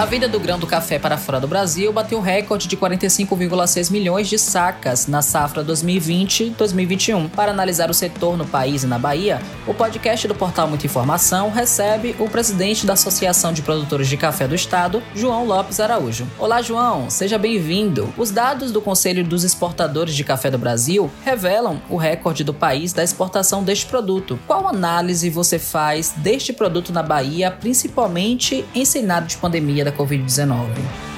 A venda do grão do café para fora do Brasil bateu o recorde de 45,6 milhões de sacas na safra 2020-2021. Para analisar o setor no país e na Bahia, o podcast do portal Muita Informação recebe o presidente da Associação de Produtores de Café do Estado, João Lopes Araújo. Olá, João, seja bem-vindo. Os dados do Conselho dos Exportadores de Café do Brasil revelam o recorde do país da exportação deste produto. Qual análise você faz deste produto na Bahia, principalmente em cenário de pandemia da Covid-19?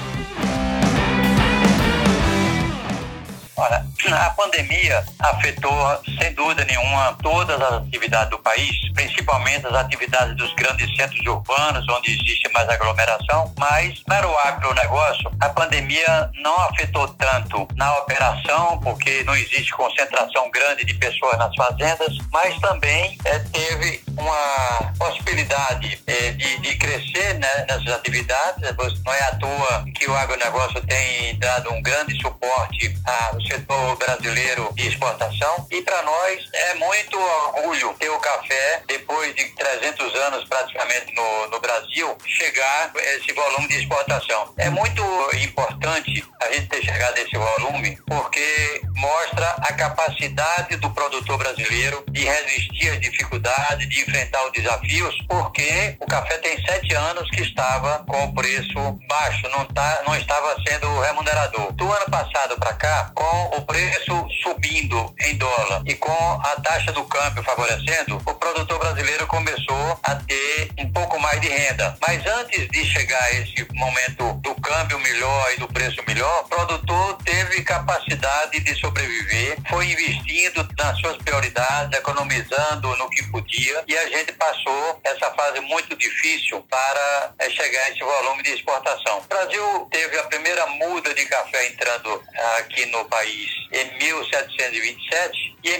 Olha, a pandemia afetou, sem dúvida nenhuma, todas as atividades do país, principalmente as atividades dos grandes centros urbanos, onde existe mais aglomeração, mas para o agronegócio, a pandemia não afetou tanto na operação, porque não existe concentração grande de pessoas nas fazendas, mas também teve uma possibilidade de crescer, né, nessas atividades. Não é à toa que o agronegócio tem dado um grande suporte ao setor brasileiro de exportação, e para nós é muito orgulho ter o café, depois de 300 anos praticamente no Brasil, chegar a esse volume de exportação. É muito importante a gente ter chegado a esse volume, porque mostra a capacidade do produtor brasileiro de resistir às dificuldades, de enfrentar os desafios, porque o café tem 7 anos que estava com o preço baixo, não estava sendo remunerador. Do ano passado para cá, com o preço subindo em dólar e com a taxa do câmbio favorecendo, o produtor brasileiro começou a ter um pouco mais de renda. Mas antes de chegar a esse momento do câmbio melhor e do preço melhor, o produtor teve capacidade de sobreviver, foi investindo nas suas prioridades, economizando no que podia, e a gente passou essa fase muito difícil para chegar a esse volume de exportação. O Brasil teve a primeira muda de café entrando aqui no país em 1727, e em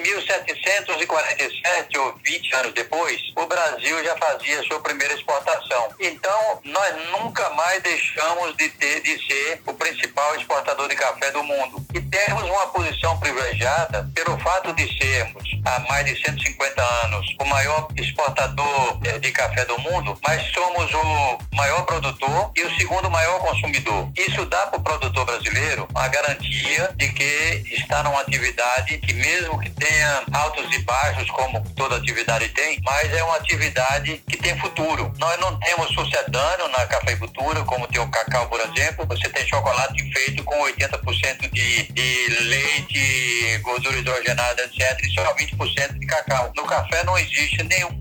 1747, ou 20 anos depois, o Brasil já fazia sua primeira exportação. Então, nós nunca mais deixamos de ser o principal exportador de café do mundo. E temos uma posição privilegiada pelo fato de sermos, há mais de 150 anos, o maior exportador de café do mundo, mas somos o maior produtor e o segundo maior consumidor. Isso dá para o produtor brasileiro a garantia de que está numa atividade que, mesmo que tenha altos e baixos, como toda atividade tem, mas é uma atividade que tem futuro. Nós não temos sucedâneo na cafeicultura, como tem o cacau, por exemplo. Você tem chocolate feito com 80% de leite, gordura hidrogenada, etc., e só 20% de cacau. No café não existe nenhum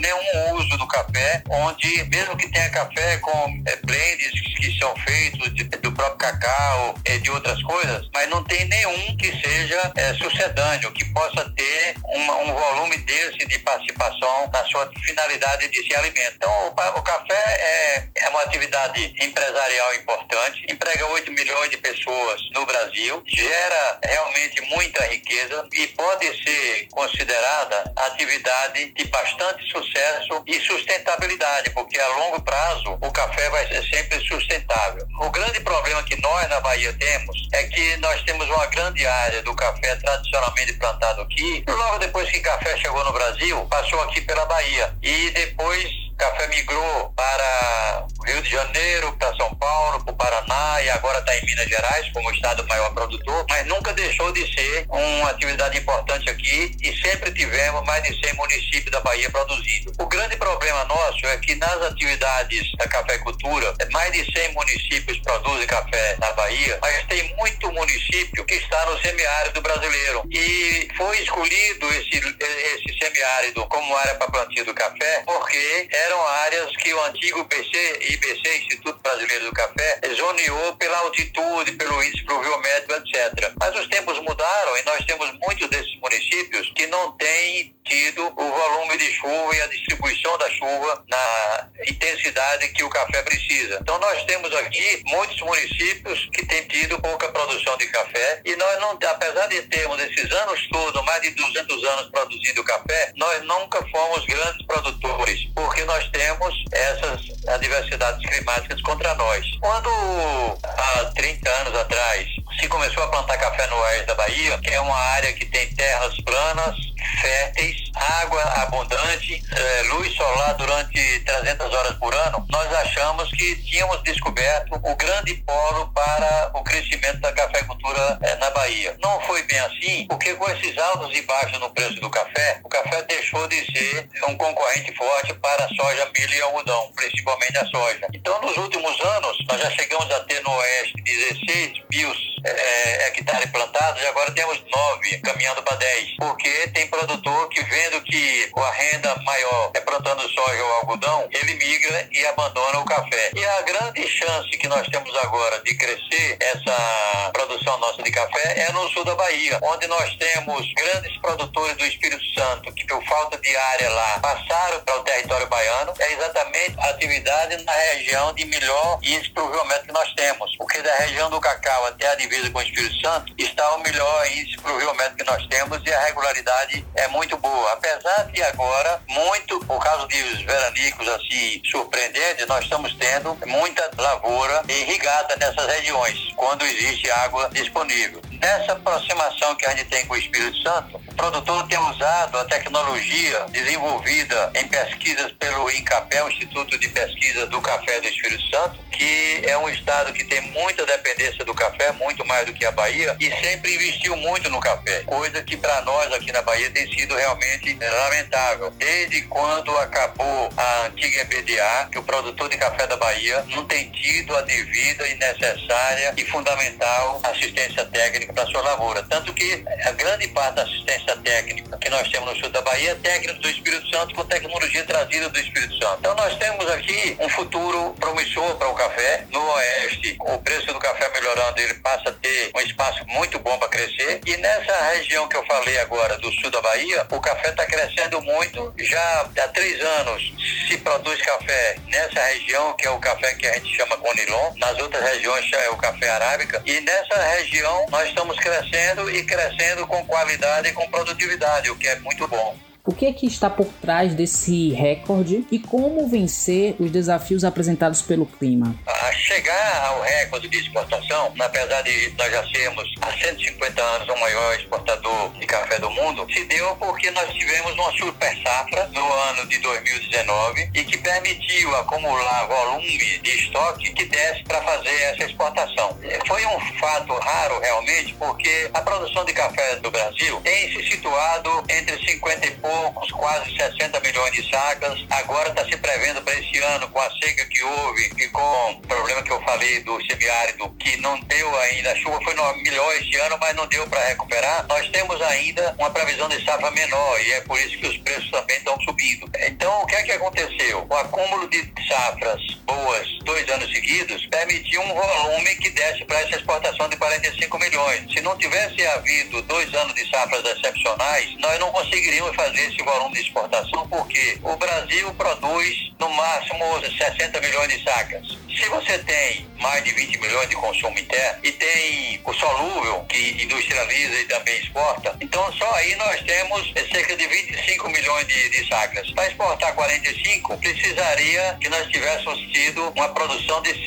uso do café, onde, mesmo que tenha café com blends que são feitos do próprio cacau e de outras coisas, mas não tem nenhum que seja sucedâneo, que possa ter um volume desse de participação na sua finalidade de se alimentar. Então, o café é uma atividade empresarial importante, emprega 8 milhões de pessoas no Brasil, gera realmente muita riqueza e pode ser considerada atividade de bastante sucesso e sustentabilidade, porque a longo prazo o café vai ser sempre sustentável. O grande problema que nós na Bahia temos é que nós temos uma grande área do café tradicionalmente plantado aqui. Logo depois que o café chegou no Brasil, passou aqui pela Bahia, e depois o café migrou para o Rio de Janeiro, para São Paulo, para o Paraná, e agora está em Minas Gerais como o estado maior produtor, mas nunca deixou de ser uma atividade importante aqui, e sempre tivemos mais de 100 municípios da Bahia produzindo. O grande problema nosso é que nas atividades da cafeicultura, mais de 100 municípios produzem café na Bahia, mas tem muito município que está no semiárido brasileiro, e foi escolhido esse semiárido como área para plantio do café porque eram áreas que o antigo IBC, Instituto Brasileiro do Café, zoneou pela altitude, pelo índice pluviométrico, etc. Mas os tempos mudaram e nós temos muitos desses municípios que não têm tido o volume de chuva e a distribuição da chuva na intensidade que o café precisa. Então nós temos aqui muitos municípios que têm tido pouca produção de café, e nós não, apesar de termos esses anos todos, mais de 200 anos produzindo café, nós nunca fomos grandes produtores, porque nós temos essas adversidades climáticas contra nós. Quando há 30 anos atrás se começou a plantar café no oeste da Bahia, que é uma área que tem terras planas, férteis, água abundante, luz solar durante 300 horas por ano, nós achamos que tínhamos descoberto o grande polo para o crescimento da cafeicultura na Bahia. Não foi bem assim, porque com esses altos e baixos no preço do café, o café deixou de ser um concorrente forte para a soja, milho e algodão, principalmente a soja. Então, nos últimos anos, nós já chegamos a ter no Oeste 16 mil hectares plantados e agora temos 9, caminhando para 10, porque tem produtor que, vendo que a renda maior é plantando soja ou algodão, ele migra e abandona o café. E a grande chance que nós temos agora de crescer essa produção nossa de café é no sul da Bahia, onde nós temos grandes produtores do Espírito Santo que, por falta de área lá, passaram para o território baiano. É exatamente a atividade na região de melhor índice pluviométrico que nós temos, porque da região do Cacau até a divisa com o Espírito Santo está o melhor índice pluviométrico que nós temos e a regularidade é muito boa. Apesar de agora, muito por causa dos veranicos assim surpreendentes, nós estamos tendo muita lavoura irrigada nessas regiões, quando existe água disponível. Nessa aproximação que a gente tem com o Espírito Santo, o produtor tem usado a tecnologia desenvolvida em pesquisas pelo INCAPé, o Instituto de Pesquisa do Café do Espírito Santo, que é um estado que tem muita dependência do café, muito mais do que a Bahia, e sempre investiu muito no café, coisa que para nós aqui na Bahia tem sido realmente lamentável. Desde quando acabou a antiga EBDA, que o produtor de café da Bahia não tem tido a devida e necessária e fundamental assistência técnica para a sua lavoura. Tanto que a grande parte da assistência técnica que nós temos no sul da Bahia é técnico do Espírito Santo com tecnologia trazida do Espírito Santo. Então nós temos aqui um futuro promissor para o café. No Oeste, o preço do café melhorando, ele passa a ter um espaço muito bom para crescer. E nessa região que eu falei agora, do sul da Bahia, o café está crescendo muito. Já há 3 anos se produz café nessa região, que é o café que a gente chama Conilon. Nas outras regiões é o café arábica. E nessa região nós estamos crescendo e crescendo com qualidade e com produtividade, o que é muito bom. O que é que está por trás desse recorde e como vencer os desafios apresentados pelo clima? A chegar ao recorde de exportação, apesar de nós já sermos há 150 anos o maior exportador de café do mundo, se deu porque nós tivemos uma super safra no ano de 2019 e que permitiu acumular volume de estoque que desse para fazer essa exportação. Foi um fato raro realmente, porque a produção de café do Brasil tem se situado entre 50 e poucos, quase 60 milhões de sacas. Agora está se prevendo para esse ano, com a seca que houve e com o problema que eu falei do semiárido, que não deu ainda, a chuva foi melhor esse ano, mas não deu para recuperar. Nós temos ainda uma previsão de safra menor e é por isso que os preços também estão subindo. Então, o que é que aconteceu? O acúmulo de safras boas 2 anos seguidos permitiu um volume que desse para essa exportação de 45 milhões. Se não tivesse havido 2 anos de safras excepcionais, nós não conseguiríamos fazer esse volume de exportação, porque o Brasil produz no máximo 60 milhões de sacas. Se você tem mais de 20 milhões de consumo interno e tem o solúvel, que industrializa e também exporta, então só aí nós temos cerca de 25 milhões de sacas. Para exportar 45, precisaria que nós tivéssemos tido uma produção de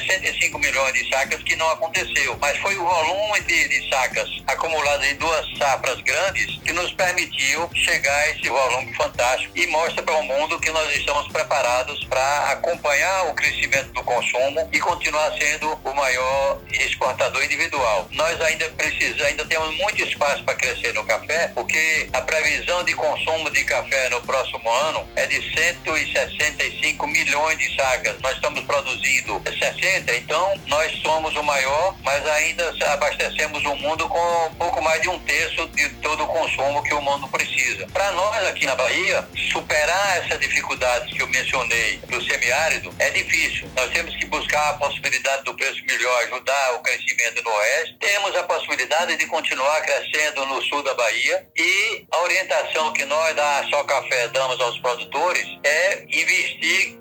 65 milhões de sacas, que não aconteceu. Mas foi o volume de sacas acumuladas em 2 safras grandes que nos permitiu chegar a esse volume fantástico e mostra para o mundo que nós estamos preparados para acompanhar o crescimento do consumo e continuar sendo o maior exportador individual. Nós ainda temos muito espaço para crescer no café, porque a previsão de consumo de café no próximo ano é de 165 milhões de sacas. Nós estamos produzindo 60, então nós somos o maior, mas ainda abastecemos o mundo com um pouco mais de 1/3 de todo o consumo que o mundo precisa. Para nós aqui na Bahia, superar essa dificuldade que eu mencionei do semiárido é difícil. Nós temos que buscar a possibilidade do preço melhor, ajudar o crescimento no Oeste. Temos a possibilidade de continuar crescendo no sul da Bahia e a orientação que nós da Só Café damos aos produtores é investir com possibilidade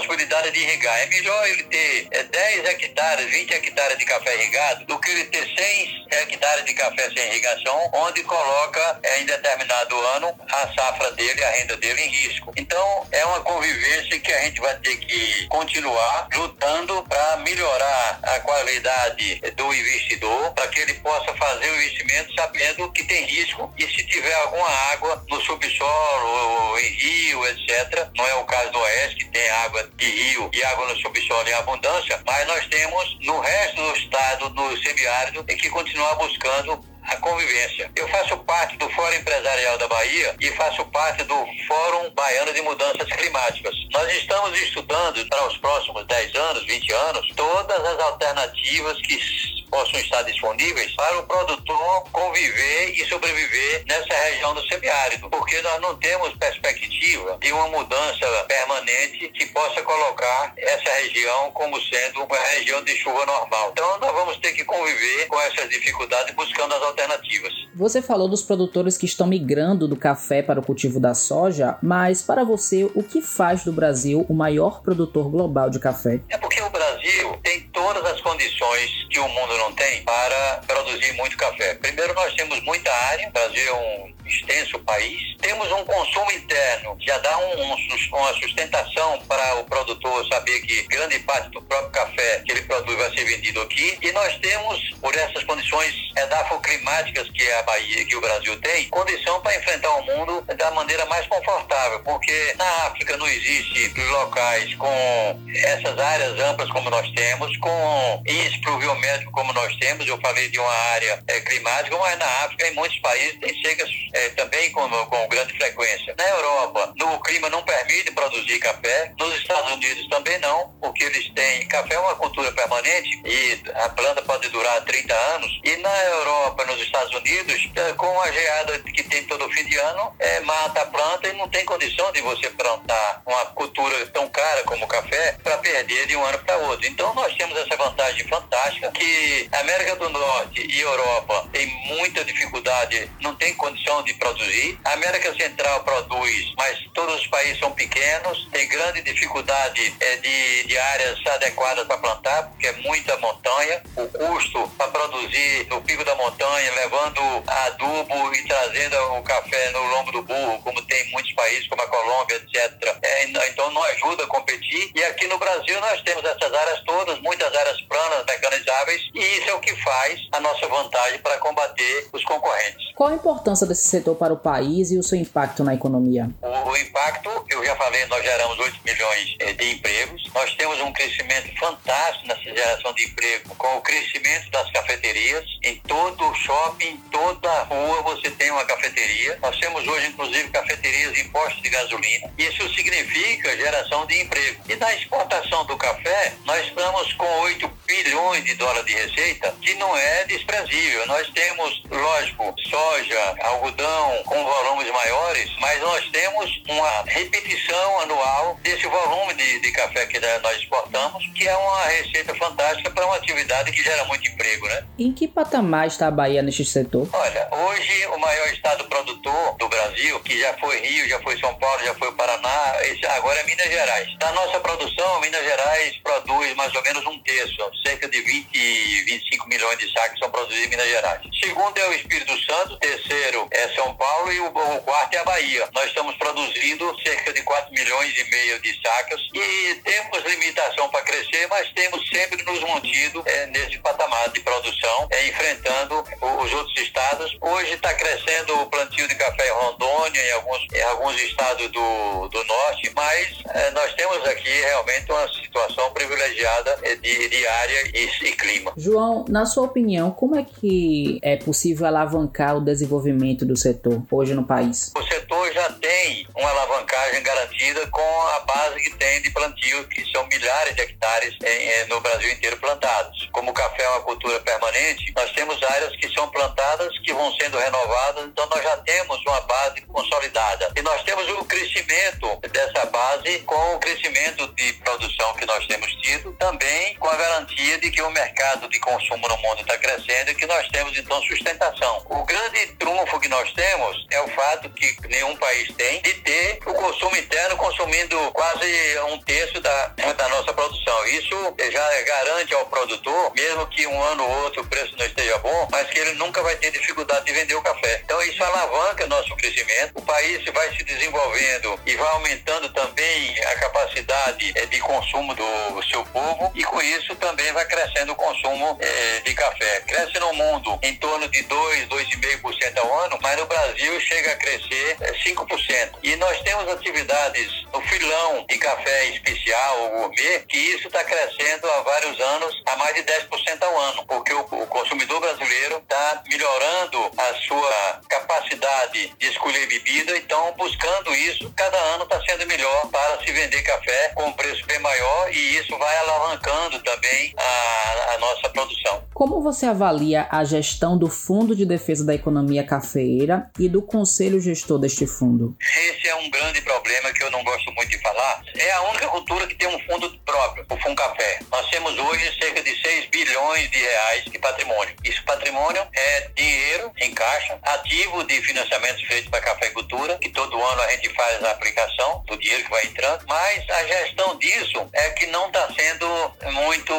possibilidade de irrigar. É melhor ele ter 10 hectares, 20 hectares de café irrigado do que ele ter 100 hectares de café sem irrigação, onde coloca em determinado ano a safra dele, a renda dele em risco. Então, é uma convivência que a gente vai ter que continuar lutando para melhorar a qualidade do investidor, para que ele possa fazer o investimento sabendo que tem risco e se tiver alguma água no subsolo, ou em rio, etc. Não é o caso do Oeste, que tem água de rio e água no subsolo em abundância, mas nós temos no resto do estado, no semiárido, que continuar buscando a convivência. Eu faço parte do Fórum Empresarial da Bahia e faço parte do Fórum Baiano de Mudanças Climáticas. Nós estamos estudando para os próximos 10 anos, 20 anos, todas as alternativas que possam estar disponíveis para o produtor conviver e sobreviver nessa região do semiárido, porque nós não temos perspectiva de uma mudança permanente que possa colocar essa região como sendo uma região de chuva normal. Então nós vamos ter que conviver com essas dificuldades buscando as alternativas. Você falou dos produtores que estão migrando do café para o cultivo da soja, mas para você, o que faz do Brasil o maior produtor global de café? É porque o Brasil tem todas as condições que o mundo não tem para produzir muito café. Primeiro, nós temos muita área, o Brasil é um extenso país, temos um consumo interno, já dá uma sustentação para o produtor saber que grande parte do próprio café que ele produz vai ser vendido aqui, e nós temos, por essas condições edafoclimáticas que a Bahia, que o Brasil tem, condição para enfrentar o mundo da maneira mais confortável, porque na África não existe locais com essas áreas amplas como nós temos, com índice pluviométrico como nós temos. Eu falei de uma área climática, mas na África, em muitos países, tem secas também com grande frequência. Na Europa, o clima não permite produzir café. Nos Estados Unidos também não, porque eles têm... Café é uma cultura permanente e a planta pode durar 30 anos. E na Europa, nos Estados Unidos, com a geada que tem todo fim de ano, mata a planta e não tem condição de você plantar uma cultura tão cara como o café para perder de um ano para outro. Então nós temos essa vantagem fantástica que a América do Norte e Europa tem muita dificuldade, não tem condição de produzir. A América Central produz, mas todos os países são pequenos, tem grande dificuldade de áreas adequadas para plantar, porque é muita montanha. O custo para produzir no pico da montanha, levando adubo e trazendo o café no lombo do burro, como tem em muitos países, como a Colômbia, etc. Então não ajuda a competir. E aqui no Brasil nós temos essas áreas todas, muitas áreas planas, mecanizáveis, e isso é o que faz a nossa vantagem para combater os concorrentes. Qual a importância desse setor para o país e o seu impacto na economia? O impacto, eu já falei, nós geramos 8 milhões de empregos. Nós temos um crescimento fantástico nessa geração de emprego, com o crescimento das cafeterias. Em todo shopping, em toda rua você tem uma cafeteria. Nós temos hoje, inclusive, cafeterias em postos de gasolina. Isso significa geração de emprego. E na exportação do café, nós estamos com 8 bilhões de dólares de receita, que não é desprezível. Nós temos, lógico, soja, algodão com volumes maiores, mas nós temos uma repetição anual desse volume de café que nós exportamos, que é uma receita fantástica para uma atividade que gera muito emprego, né? Em que patamar está a Bahia neste setor? Olha, hoje o maior estado produtor do Brasil, que já foi Rio, já foi São Paulo, já foi o Paraná, agora é Minas Gerais. Da nossa produção, Minas Gerais produz mais ou menos um terço, cerca de 25 milhões de sacos são produzidos em Minas Gerais. Segundo é o Espírito Santo, terceiro é São Paulo e o quarto é a Bahia. Nós estamos produzindo cerca de 4 milhões e meio de sacas e temos limitação para crescer, mas temos sempre nos mantido nesse patamar de produção, enfrentando os outros estados. Hoje está crescendo o plantio de café em Rondônia, em alguns estados do norte, mas nós temos aqui realmente uma situação privilegiada de área e clima. João, na sua opinião, como é que é possível alavancar o desenvolvimento do setor hoje no país? O setor já tem uma alavancagem garantida com a base que tem de plantio, que são milhares de hectares no Brasil inteiro plantados. Como o café é uma cultura permanente, nós temos áreas que são plantadas, que vão sendo renovadas, então nós já temos uma base consolidada. E nós temos o crescimento dessa base com o crescimento de produção que nós temos tido, também com a garantia garantia de que o mercado de consumo no mundo está crescendo e que nós temos, então, sustentação. O grande trunfo que nós temos é o fato que nenhum país tem de ter o consumo interno consumindo quase 1/3 da nossa produção. Isso já garante ao produtor, mesmo que um ano ou outro o preço não esteja bom, mas que ele nunca vai ter dificuldade de vender o café. Então isso alavanca nosso crescimento, o país vai se desenvolvendo e vai aumentando também a capacidade de consumo do seu povo e com isso também vai crescendo o consumo de café. Cresce no mundo em torno de 2,5% ao ano, mas no Brasil chega a crescer 5%. E nós temos atividades no filão de café especial ou gourmet, que isso está crescendo há vários anos, a mais de 10% ao ano, porque o consumidor brasileiro está melhorando a sua capacidade de escolher bebida, então buscando isso, cada ano está sendo melhor para se vender café com um preço bem maior e isso vai alavancando também a nossa produção. Como você avalia a gestão do Fundo de Defesa da Economia Cafeeira e do Conselho Gestor deste fundo? Esse é um grande problema que eu não gosto muito de falar. É a única cultura que tem um fundo próprio, o Funcafé. Nós temos hoje cerca de 6 bilhões de reais de patrimônio. Esse patrimônio é dinheiro em caixa, ativo de financiamentos feitos para a cafeicultura, que todo ano a gente faz a aplicação do dinheiro que vai entrando, mas a gestão disso é que não está sendo muito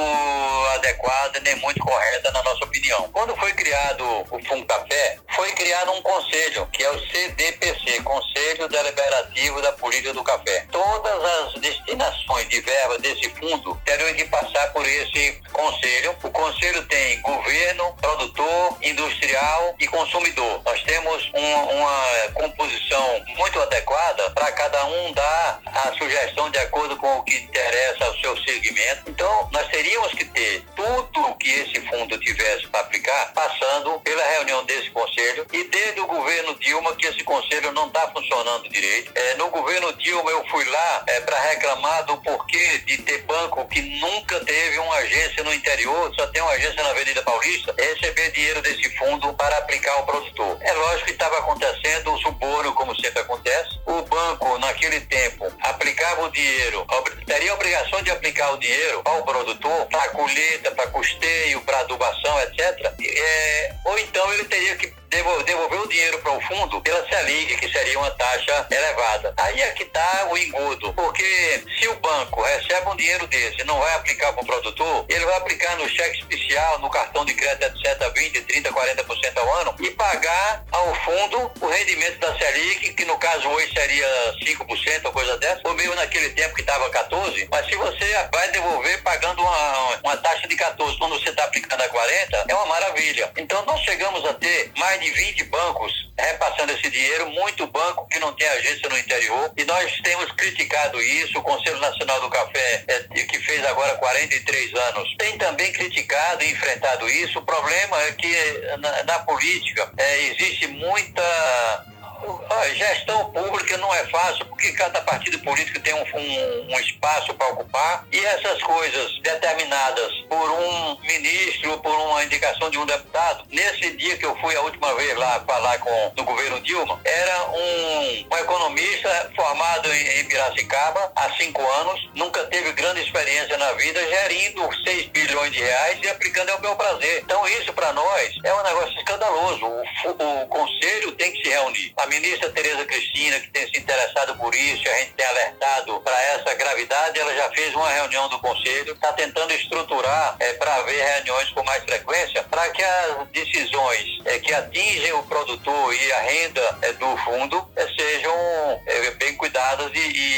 adequada nem muito correta na nossa opinião. Quando foi criado o Funcafé, foi criado um conselho, que é o CDPC, Conselho Deliberativo da Política do Café. Todas as destinações de verba desse fundo terão que passar por esse conselho. O conselho tem governo, produtor, industrial e consumidor. Nós temos uma composição muito adequada para cada um dar a sugestão de acordo com o que interessa ao seu segmento. Então, nós teríamos que ter tudo que esse fundo tivesse para aplicar, passando pela reunião desse conselho, e desde o governo Dilma que esse conselho não está funcionando direito. No governo Dilma eu fui lá para reclamar do porquê de ter banco que nunca teve uma agência no interior, só tem uma agência na Avenida Paulista, receber dinheiro desse fundo para aplicar ao produtor. É lógico que estava acontecendo o suborno, como sempre acontece. O banco, naquele tempo, aplicava o dinheiro, teria a obrigação de aplicar o dinheiro ao produtor para colheita, para custeio, para adubação, etc. Ou então ele teria que devolver o dinheiro para o fundo pela Selic, que seria uma taxa elevada. Aí é que está o engodo, porque se o banco recebe um dinheiro desse e não vai aplicar para o produtor, ele vai aplicar no cheque especial, no cartão de crédito, etc., 20%, 30%, 40% ao ano e pagar ao fundo o rendimento da Selic, que no caso hoje seria 5% ou coisa dessa, ou mesmo naquele tempo que estava 14%, mas se você vai devolver pagando uma taxa de 14% quando você está aplicando a 40%, é uma maravilha. Então nós chegamos a ter mais de 20 bancos repassando esse dinheiro, muito banco que não tem agência no interior, e nós temos criticado isso. O Conselho Nacional do Café, que fez agora 43 anos, tem também criticado e enfrentado isso. O problema é que na política existe muita gestão pública, não é fácil, porque cada partido político tem um espaço para ocupar, e essas coisas determinadas por um ministro, por uma indicação de um deputado. Nesse dia que eu fui a última vez lá falar no governo Dilma, era um economista formado em Piracicaba há 5 anos, nunca teve grande experiência na vida, gerindo 6 bilhões de reais e aplicando ao meu prazer. Então isso para nós é um negócio escandaloso. O conselho tem que se reunir. A ministra Tereza Cristina, que tem se interessado por isso, a gente tem alertado para essa gravidade, ela já fez uma reunião do conselho, está tentando estruturar para haver reuniões com mais frequência, para que as decisões que atingem o produtor e a renda do fundo sejam bem cuidadas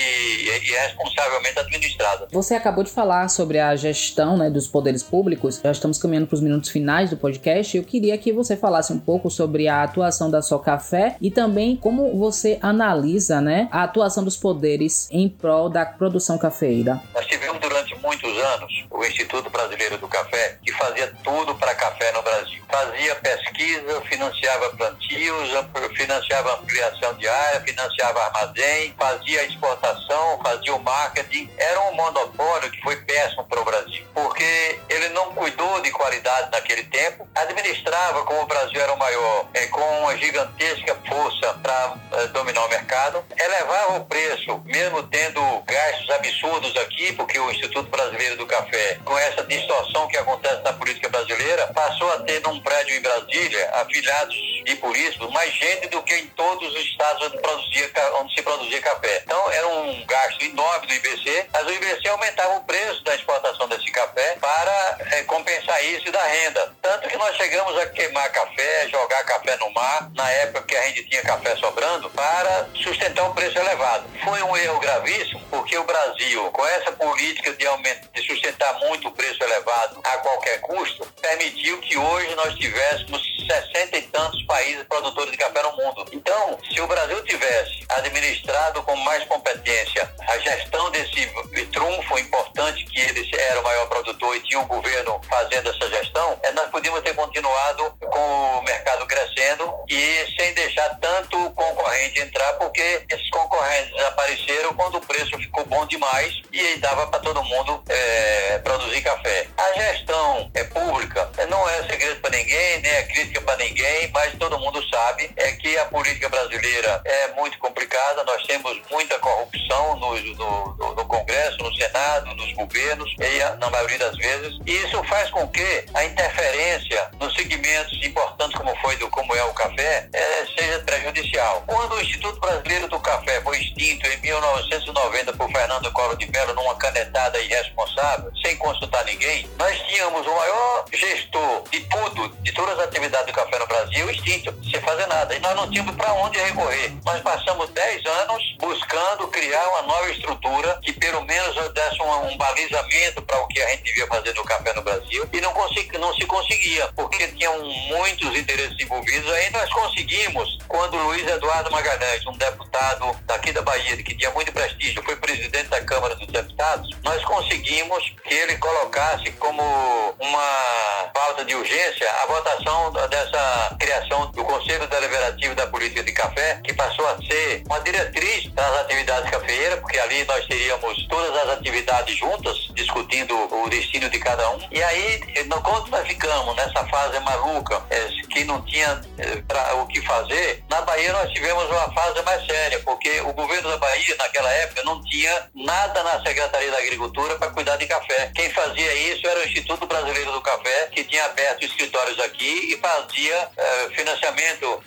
e responsavelmente administradas. Você acabou de falar sobre a gestão, dos poderes públicos. Já estamos caminhando para os minutos finais do podcast. Eu queria que você falasse um pouco sobre a atuação da Socafé e também como você analisa, a atuação dos poderes em prol da produção cafeeira. Nós tivemos durante muitos anos o Instituto Brasileiro do Café, que fazia tudo para café no Brasil. Fazia pesquisa, financiava plantios, financiava ampliação de área, financiava armazém, fazia exportação, fazia o marketing. Era um monopólio que foi péssimo para o Brasil, porque ele não cuidou de qualidade naquele tempo, administrava, como o Brasil era o maior, com uma gigantesca força para dominar o mercado, elevava o preço, mesmo tendo gastos absurdos aqui, porque o Instituto Brasileiro Brasileiro do Café, com essa distorção que acontece na política brasileira, passou a ter num prédio em Brasília, afiliados e políticos, mais gente do que em todos os estados onde se produzia café. Então era um gasto enorme do IBC, mas o IBC aumentava o preço da exportação desse café para compensar isso e dar renda. Tanto que nós chegamos a queimar café, jogar café no mar, na época que a gente tinha café sobrando, para sustentar um preço elevado. Foi um erro gravíssimo, porque o Brasil, com essa política de sustentar muito o preço elevado a qualquer custo, permitiu que hoje nós tivéssemos 60 e tantos países produtores de café no mundo. Então, se o Brasil tivesse administrado com mais competência a gestão desse trunfo importante que ele era o maior produtor e tinha o governo fazendo essa gestão, nós podíamos ter continuado com o mercado crescendo e sem deixar tanto concorrente entrar, porque esses concorrentes apareceram quando o preço ficou bom demais e aí dava para todo mundo produzir café. A gestão pública não é segredo para ninguém, nem é crítica para ninguém, mas todo mundo sabe que a política brasileira é muito complicada. Nós temos muita corrupção no Congresso, no Senado, nos governos, e na maioria das vezes. E isso faz com que a interferência nos segmentos importantes como é o café seja prejudicial. Quando o Instituto Brasileiro do Café foi extinto em 1990 por Fernando Collor de Mello numa canetada irresponsável, sem consultar ninguém, nós tínhamos o maior gestor de todas as atividades do café no Brasil extinto, sem fazer nada. E nós não tínhamos para onde recorrer. Nós passamos 10 anos buscando criar uma nova estrutura que pelo menos desse um balizamento para o que a gente devia fazer no café no Brasil, e não se conseguia, porque tinham muitos interesses envolvidos. Aí nós conseguimos, quando Luiz Eduardo Magalhães, um deputado daqui da Bahia, que tinha muito prestígio, foi presidente da Câmara dos Deputados, nós conseguimos que ele colocasse como uma pauta de urgência a votação dessa criação do Conselho Deliberativo da Política de Café, que passou a ser uma diretriz das atividades cafeeiras, porque ali nós teríamos todas as atividades juntas, discutindo o destino de cada um. E aí, quando nós ficamos nessa fase maluca, que não tinha o que fazer, na Bahia nós tivemos uma fase mais séria, porque o governo da Bahia, naquela época, não tinha nada na Secretaria da Agricultura para cuidar de café. Quem fazia isso era o Instituto Brasileiro do Café, que tinha aberto escritórios aqui e fazia financiamento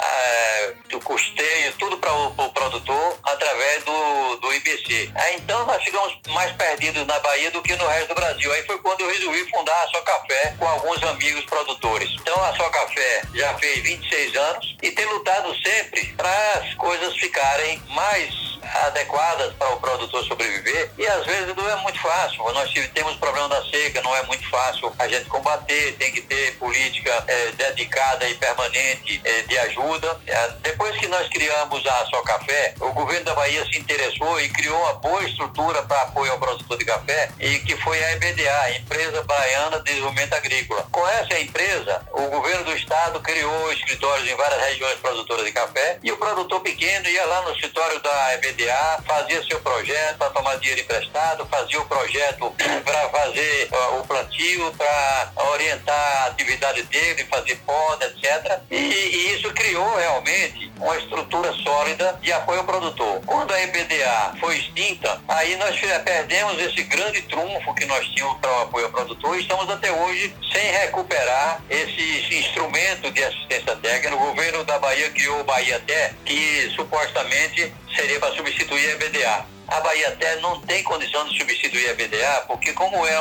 do custeio, tudo para o produtor, através do IBC. Então nós ficamos mais perdidos na Bahia do que no resto do Brasil. Aí foi quando eu resolvi fundar a Só Café com alguns amigos produtores. Então a Só Café já fez 26 anos e tem lutado sempre para as coisas ficarem mais adequadas para o produtor sobreviver, e às vezes não é muito fácil. Nós temos problema da seca, não é muito fácil a gente combater, tem que ter política dedicada e permanente de ajuda. Depois que nós criamos a Só Café, o governo da Bahia se interessou e criou uma boa estrutura para apoio ao produtor de café, e que foi a EBDA, a Empresa Baiana de Desenvolvimento Agrícola. Com essa empresa, o governo do estado criou escritórios em várias regiões produtoras de café, e o produtor pequeno ia lá no escritório da EBDA, fazia seu projeto para tomar dinheiro emprestado, fazia o projeto para fazer o plantio, para orientar a atividade dele, fazer poda, etc. E isso criou realmente uma estrutura sólida de apoio ao produtor. Quando a EBDA foi extinta, aí nós perdemos esse grande trunfo que nós tínhamos para o apoio ao produtor, e estamos até hoje sem recuperar esse instrumento de assistência técnica. O governo da Bahia criou o Bahia Té, que supostamente seria para substituir a EBDA. A Bahia Té não tem condição de substituir a EBDA, porque como é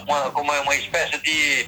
uma espécie de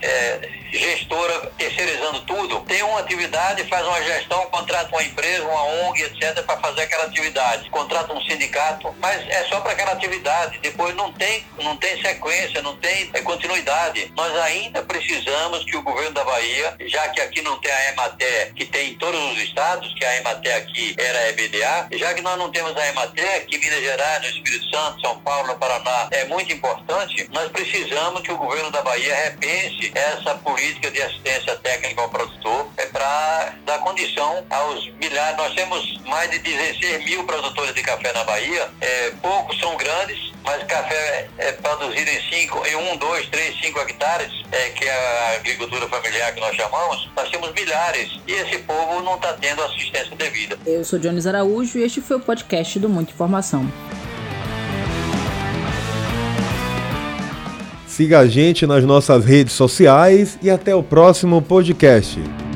gestora terceirizando tudo, tem uma atividade, faz uma gestão, contrata uma empresa, uma ONG, etc., para fazer aquela atividade. Contrata um sindicato, mas é só para aquela atividade. Depois não tem sequência, não tem continuidade. Nós ainda precisamos que o governo da Bahia, já que aqui não tem a EMATER, que tem em todos os estados, que a EMATER aqui era a EBDA, já que nós não temos a EMATER, que Minas Gerais, no Espírito Santo, São Paulo, no Paraná, é muito importante, nós precisamos que o governo da Bahia repense essa política de assistência técnica ao produtor para dar condição aos milhares. Nós temos mais de 16 mil produtores de café na Bahia, poucos são grandes, mas café é produzido em 1, 2, 3, 5 hectares, que é a agricultura familiar que nós chamamos. Nós temos milhares e esse povo não está tendo assistência devida. Eu sou Jones Araújo e este foi o podcast do Muita Informação. Siga a gente nas nossas redes sociais e até o próximo podcast.